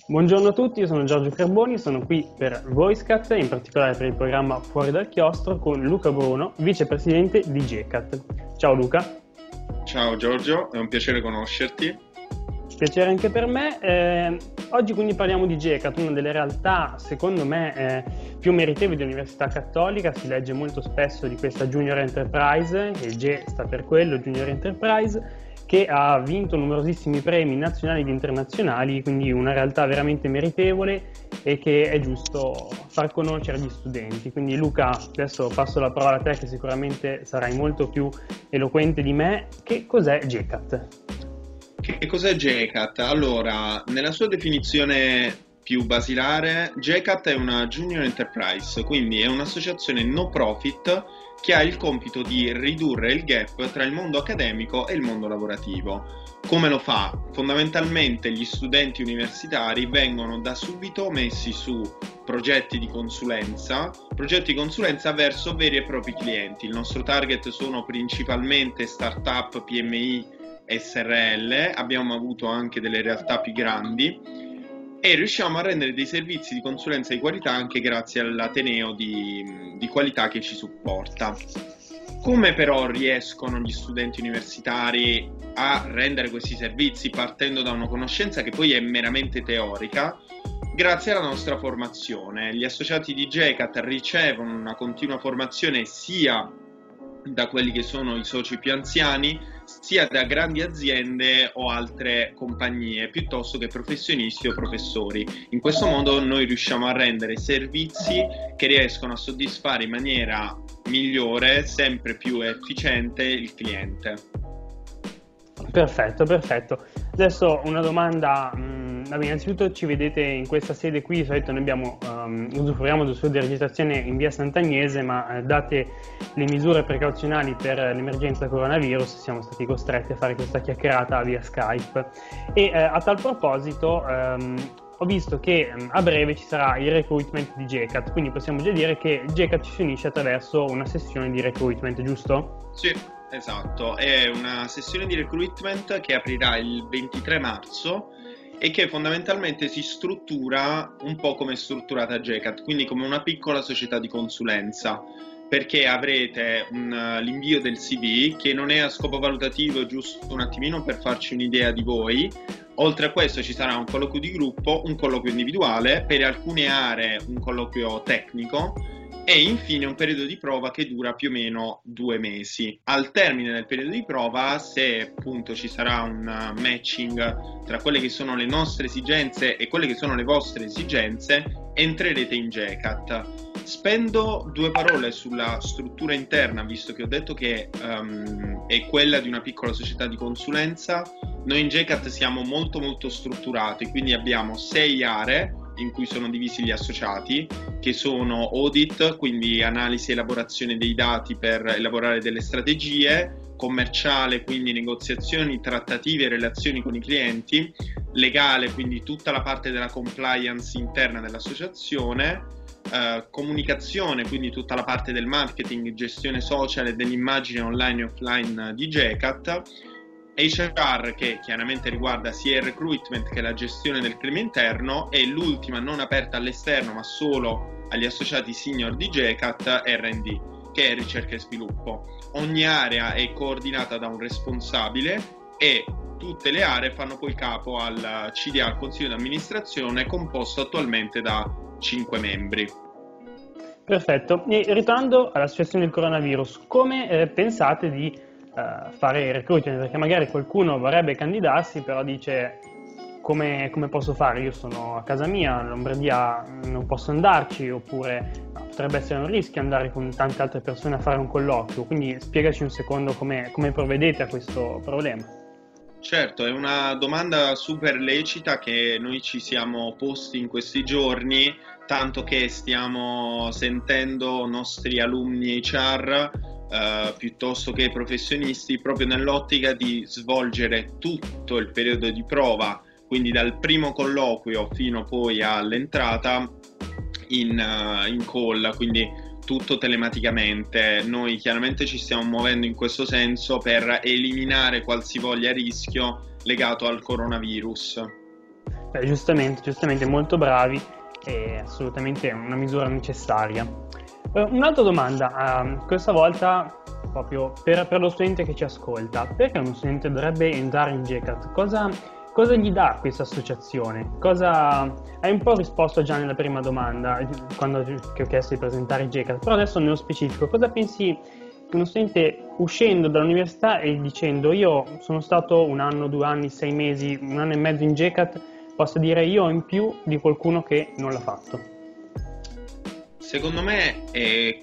Buongiorno a tutti, io sono Giorgio Carboni, sono qui per VoiceCat, in particolare per il programma Fuori dal Chiostro, con Luca Bruno, vicepresidente di GECAT. Ciao Luca. Ciao Giorgio, è un piacere conoscerti. Piacere anche per me. Oggi quindi parliamo di GECAT, una delle realtà secondo me più meritevoli dell'Università Cattolica. Si legge molto spesso di questa Junior Enterprise, e il G sta per quello, Junior Enterprise, che ha vinto numerosissimi premi nazionali ed internazionali, quindi una realtà veramente meritevole e che è giusto far conoscere agli studenti. Quindi Luca, adesso passo la parola a te che sicuramente sarai molto più eloquente di me. Che cos'è GECAT? Che cos'è GECAT? Allora, nella sua definizione più basilare, GECAT è una Junior Enterprise, quindi è un'associazione no profit che ha il compito di ridurre il gap tra il mondo accademico e il mondo lavorativo. Come lo fa? Fondamentalmente gli studenti universitari vengono da subito messi su progetti di consulenza verso veri e propri clienti. Il nostro target sono principalmente startup, PMI, SRL, abbiamo avuto anche delle realtà più grandi e riusciamo a rendere dei servizi di consulenza di qualità anche grazie all'Ateneo di qualità che ci supporta. Come però riescono gli studenti universitari a rendere questi servizi partendo da una conoscenza che poi è meramente teorica? Grazie alla nostra formazione. Gli associati di GECAT ricevono una continua formazione sia da quelli che sono i soci più anziani, sia da grandi aziende o altre compagnie, piuttosto che professionisti o professori. In questo modo noi riusciamo a rendere servizi che riescono a soddisfare in maniera migliore, sempre più efficiente, il cliente. Perfetto. Adesso una domanda. Innanzitutto ci vedete in questa sede qui, di solito noi usufruiamo del studio di registrazione in via Sant'Agnese, ma date le misure precauzionali per l'emergenza coronavirus siamo stati costretti a fare questa chiacchierata via Skype. E a tal proposito ho visto che a breve ci sarà il recruitment di GECAT, quindi possiamo già dire che GECAT ci si unisce attraverso una sessione di recruitment, giusto? Sì, esatto, è una sessione di recruitment che aprirà il 23 marzo e che fondamentalmente si struttura un po' come è strutturata GECAT, quindi come una piccola società di consulenza, perché avrete l'invio del CV che non è a scopo valutativo, giusto un attimino per farci un'idea di voi. Oltre a questo ci sarà un colloquio di gruppo, un colloquio individuale, per alcune aree un colloquio tecnico e infine un periodo di prova che dura più o meno 2 mesi. Al termine del periodo di prova, se appunto ci sarà un matching tra quelle che sono le nostre esigenze e quelle che sono le vostre esigenze, entrerete in GECAT. Spendo 2 parole sulla struttura interna, visto che ho detto che è quella di una piccola società di consulenza. Noi in GECAT siamo molto strutturati, quindi abbiamo 6 aree in cui sono divisi gli associati, che sono audit, quindi analisi e elaborazione dei dati per elaborare delle strategie, commerciale, quindi negoziazioni, trattative e relazioni con i clienti, legale, quindi tutta la parte della compliance interna dell'associazione, comunicazione, quindi tutta la parte del marketing, gestione social e dell'immagine online e offline di GECAT, HR che chiaramente riguarda sia il recruitment che la gestione del clima interno, e l'ultima non aperta all'esterno ma solo agli associati senior di GECAT, R&D, che è ricerca e sviluppo. Ogni area è coordinata da un responsabile e tutte le aree fanno poi capo al CDA, al Consiglio di amministrazione, composto attualmente da 5 membri. Perfetto. E ritornando alla situazione del coronavirus, come pensate di fare il recruitment? Perché magari qualcuno vorrebbe candidarsi, però dice come posso fare? Io sono a casa mia, in Lombardia non posso andarci, oppure potrebbe essere un rischio andare con tante altre persone a fare un colloquio. Quindi spiegaci un secondo come provvedete a questo problema. Certo, è una domanda super lecita che noi ci siamo posti in questi giorni, tanto che stiamo sentendo nostri alunni HR piuttosto che professionisti, proprio nell'ottica di svolgere tutto il periodo di prova, quindi dal primo colloquio fino poi all'entrata in call, quindi tutto telematicamente. Noi chiaramente ci stiamo muovendo in questo senso per eliminare qualsivoglia rischio legato al coronavirus. Beh, giustamente, molto bravi, è assolutamente una misura necessaria. Un'altra domanda, questa volta proprio per lo studente che ci ascolta. Perché uno studente dovrebbe entrare in GECAT? Cosa gli dà questa associazione? Hai un po' risposto già nella prima domanda, che ho chiesto di presentare GECAT, però adesso nello specifico, cosa pensi che uno studente uscendo dall'università e dicendo io sono stato 1 anno, 2 anni, 6 mesi, 1 anno e mezzo in GECAT, possa dire io ho in più di qualcuno che non l'ha fatto? Secondo me è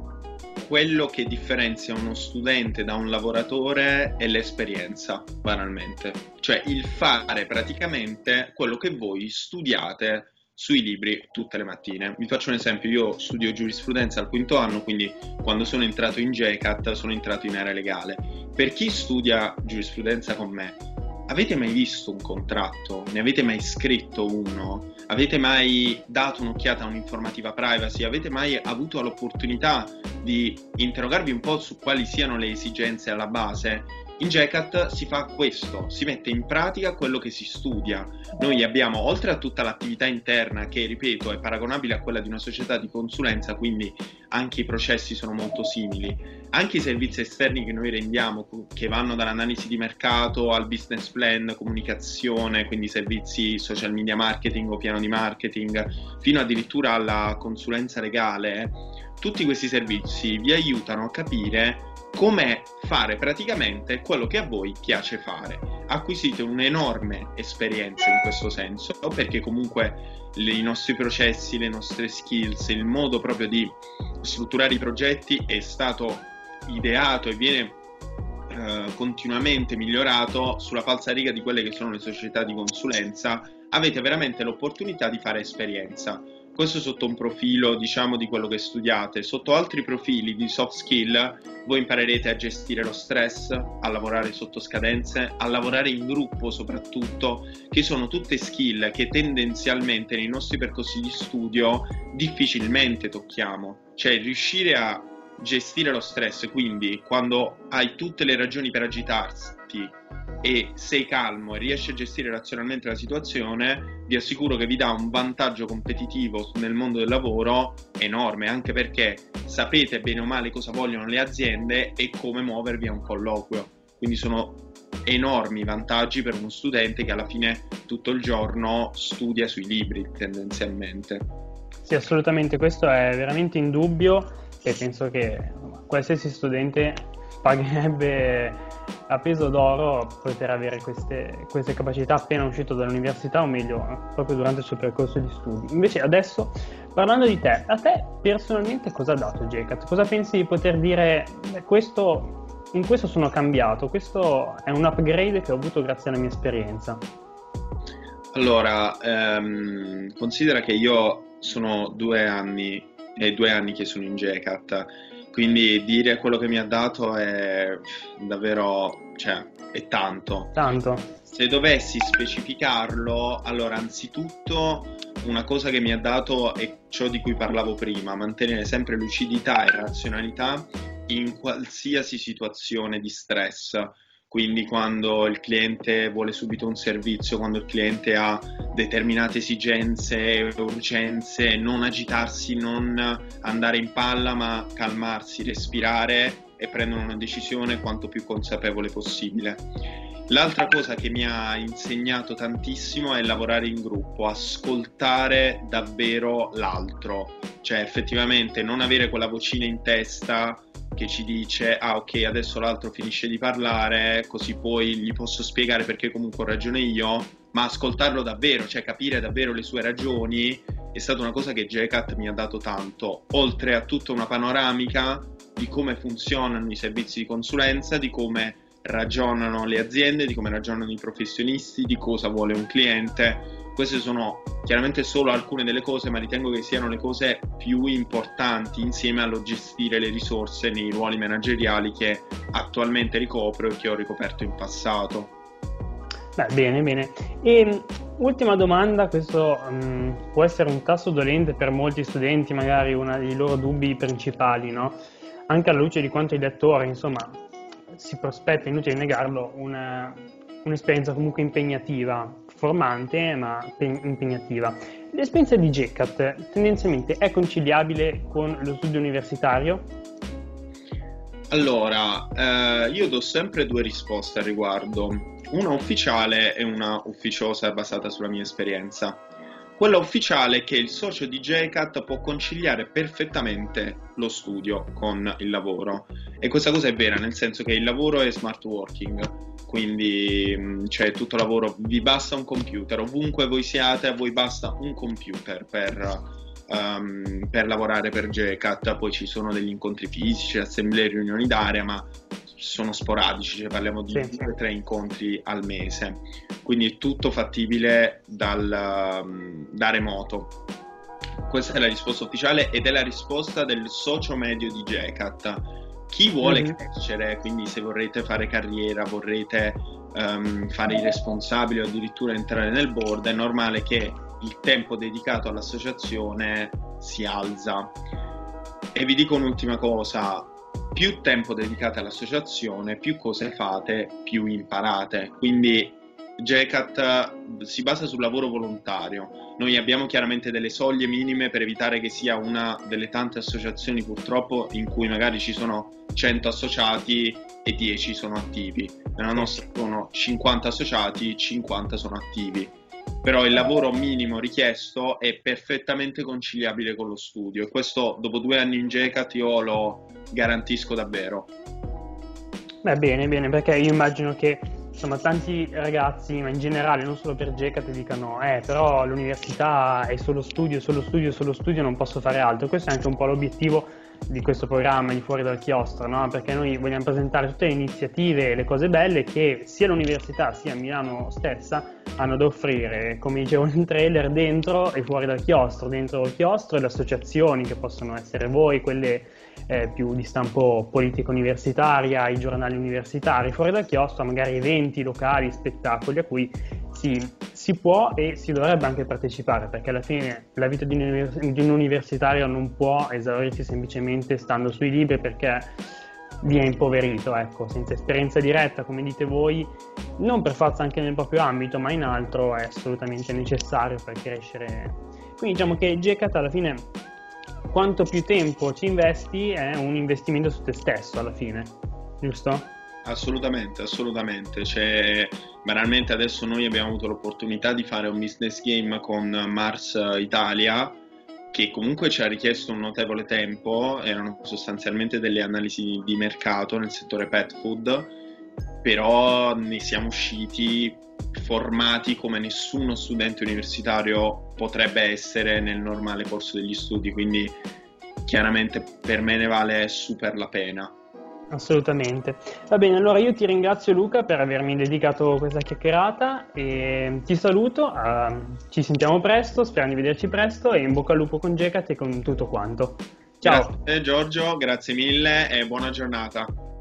quello che differenzia uno studente da un lavoratore è l'esperienza, banalmente. Cioè il fare praticamente quello che voi studiate sui libri tutte le mattine. Vi faccio un esempio, io studio giurisprudenza al 5º anno, quindi quando sono entrato in GECAT sono entrato in area legale. Per chi studia giurisprudenza con me, avete mai visto un contratto? Ne avete mai scritto uno? Avete mai dato un'occhiata a un'informativa privacy? Avete mai avuto l'opportunità di interrogarvi un po' su quali siano le esigenze alla base? In GECAT si fa questo, si mette in pratica quello che si studia. Noi abbiamo, oltre a tutta l'attività interna che, ripeto, è paragonabile a quella di una società di consulenza, quindi anche i processi sono molto simili, anche i servizi esterni che noi rendiamo, che vanno dall'analisi di mercato al business plan, comunicazione, quindi servizi social media marketing o piano di marketing, fino addirittura alla consulenza legale, tutti questi servizi vi aiutano a capire come fare praticamente quello che a voi piace fare. Acquisite un'enorme esperienza in questo senso, perché comunque i nostri processi, le nostre skills, il modo proprio di strutturare i progetti è stato ideato e viene continuamente migliorato sulla falsariga di quelle che sono le società di consulenza. Avete veramente l'opportunità di fare esperienza. Questo sotto un profilo, diciamo, di quello che studiate. Sotto altri profili di soft skill voi imparerete a gestire lo stress, a lavorare sotto scadenze, a lavorare in gruppo soprattutto, che sono tutte skill che tendenzialmente nei nostri percorsi di studio difficilmente tocchiamo. Cioè riuscire a gestire lo stress, quindi quando hai tutte le ragioni per agitarti e sei calmo e riesci a gestire razionalmente la situazione, vi assicuro che vi dà un vantaggio competitivo nel mondo del lavoro enorme, anche perché sapete bene o male cosa vogliono le aziende e come muovervi a un colloquio. Quindi sono enormi vantaggi per uno studente che alla fine tutto il giorno studia sui libri tendenzialmente. Sì, assolutamente, questo è veramente indubbio e penso che qualsiasi studente pagherebbe a peso d'oro poter avere queste capacità appena uscito dall'università, o meglio, proprio durante il suo percorso di studi. Invece adesso, parlando di te, a te personalmente cosa ha dato GECAT? Cosa pensi di poter dire, in questo sono cambiato, questo è un upgrade che ho avuto grazie alla mia esperienza? Allora, considera che io sono 2 anni che sono in GECAT, quindi dire quello che mi ha dato è davvero, cioè, è tanto. Tanto. Se dovessi specificarlo, allora, anzitutto, una cosa che mi ha dato è ciò di cui parlavo prima, mantenere sempre lucidità e razionalità in qualsiasi situazione di stress. Quindi quando il cliente vuole subito un servizio, quando il cliente ha determinate esigenze e urgenze, non agitarsi, non andare in palla, ma calmarsi, respirare e prendere una decisione quanto più consapevole possibile. L'altra cosa che mi ha insegnato tantissimo è lavorare in gruppo, ascoltare davvero l'altro, cioè effettivamente non avere quella vocina in testa che ci dice ah ok, adesso l'altro finisce di parlare, così poi gli posso spiegare perché comunque ho ragione io, ma ascoltarlo davvero, cioè capire davvero le sue ragioni, è stata una cosa che GECAT mi ha dato tanto, oltre a tutta una panoramica di come funzionano i servizi di consulenza, di come ragionano le aziende, di come ragionano i professionisti, di cosa vuole un cliente. Queste sono chiaramente solo alcune delle cose, ma ritengo che siano le cose più importanti insieme allo gestire le risorse nei ruoli manageriali che attualmente ricopro e che ho ricoperto in passato. Beh, bene. E ultima domanda, questo può essere un tasto dolente per molti studenti, magari uno dei loro dubbi principali, no? Anche alla luce di quanto hai detto ora, insomma, si prospetta, inutile negarlo, un'esperienza comunque impegnativa, formante ma impegnativa. L'esperienza di GCAT tendenzialmente è conciliabile con lo studio universitario? Allora, io do sempre due risposte al riguardo, una ufficiale e una ufficiosa basata sulla mia esperienza. Quella ufficiale è che il socio di GCAT può conciliare perfettamente lo studio con il lavoro, e questa cosa è vera, nel senso che il lavoro è smart working, quindi c'è tutto lavoro, vi basta un computer, ovunque voi siate, a voi basta un computer per lavorare per GCAT. Poi ci sono degli incontri fisici, assemblee, riunioni d'area, ma sono sporadici, cioè parliamo di 2-3 incontri al mese, quindi è tutto fattibile da remoto. Questa è la risposta ufficiale ed è la risposta del socio medio di GCAT. Chi vuole crescere, quindi se vorrete fare carriera, vorrete fare i responsabili o addirittura entrare nel board, è normale che il tempo dedicato all'associazione si alza. E vi dico un'ultima cosa: più tempo dedicate all'associazione, più cose fate, più imparate. Quindi GCAT si basa sul lavoro volontario. Noi abbiamo chiaramente delle soglie minime per evitare che sia una delle tante associazioni purtroppo in cui magari ci sono 100 associati e 10 sono attivi. Nella nostra sono 50 associati, 50 sono attivi. Però il lavoro minimo richiesto è perfettamente conciliabile con lo studio, e questo dopo 2 anni in GCAT io lo garantisco davvero. Beh, bene, perché io immagino che insomma tanti ragazzi, ma in generale non solo per GCAT, dicano però l'università è solo studio, non posso fare altro. Questo è anche un po' l'obiettivo di questo programma di Fuori dal Chiostro, no? Perché noi vogliamo presentare tutte le iniziative e le cose belle che sia l'università sia Milano stessa hanno da offrire, come dicevo nel trailer, dentro e fuori dal chiostro. Dentro il chiostro e le associazioni, che possono essere voi, quelle più di stampo politica universitaria, i giornali universitari. Fuori dal chiostro magari eventi locali, spettacoli a cui si può e si dovrebbe anche partecipare, perché alla fine la vita di un universitario non può esaurirsi semplicemente stando sui libri, perché viene impoverito, ecco, senza esperienza diretta, come dite voi, non per forza anche nel proprio ambito, ma in altro è assolutamente necessario per crescere. Quindi diciamo che GCAT alla fine, quanto più tempo ci investi, è un investimento su te stesso alla fine, giusto? Assolutamente. Cioè, banalmente adesso noi abbiamo avuto l'opportunità di fare un business game con Mars Italia, che comunque ci ha richiesto un notevole tempo. Erano sostanzialmente delle analisi di mercato nel settore pet food, però ne siamo usciti formati come nessuno studente universitario potrebbe essere nel normale corso degli studi, quindi chiaramente per me ne vale super la pena. Assolutamente. Va bene, allora io ti ringrazio Luca per avermi dedicato questa chiacchierata e ti saluto, ci sentiamo presto, speriamo di vederci presto, e in bocca al lupo con GCAT e con tutto quanto. Ciao! Grazie Giorgio, grazie mille e buona giornata.